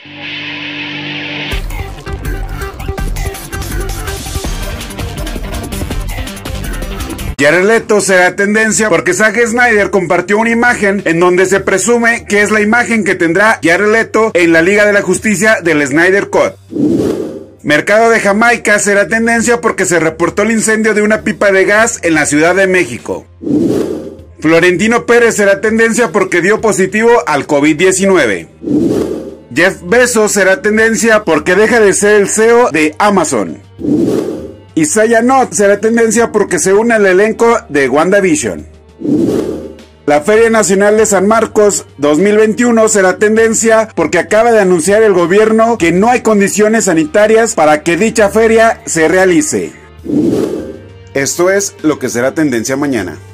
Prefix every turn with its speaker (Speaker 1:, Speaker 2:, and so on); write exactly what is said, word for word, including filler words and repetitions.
Speaker 1: Jared Leto será tendencia porque Zack Snyder compartió una imagen en donde se presume que es la imagen que tendrá Jared Leto en la Liga de la Justicia del Snyder Cut. Mercado de Jamaica será tendencia porque se reportó el incendio de una pipa de gas en la Ciudad de México. Florentino Pérez será tendencia porque dio positivo al COVID diecinueve. Jeff Bezos será tendencia porque deja de ser el C E O de Amazon. Isaiah Knott será tendencia porque se une al elenco de WandaVision. La Feria Nacional de San Marcos dos mil veintiuno será tendencia porque acaba de anunciar el gobierno que no hay condiciones sanitarias para que dicha feria se realice. Esto es lo que será tendencia mañana.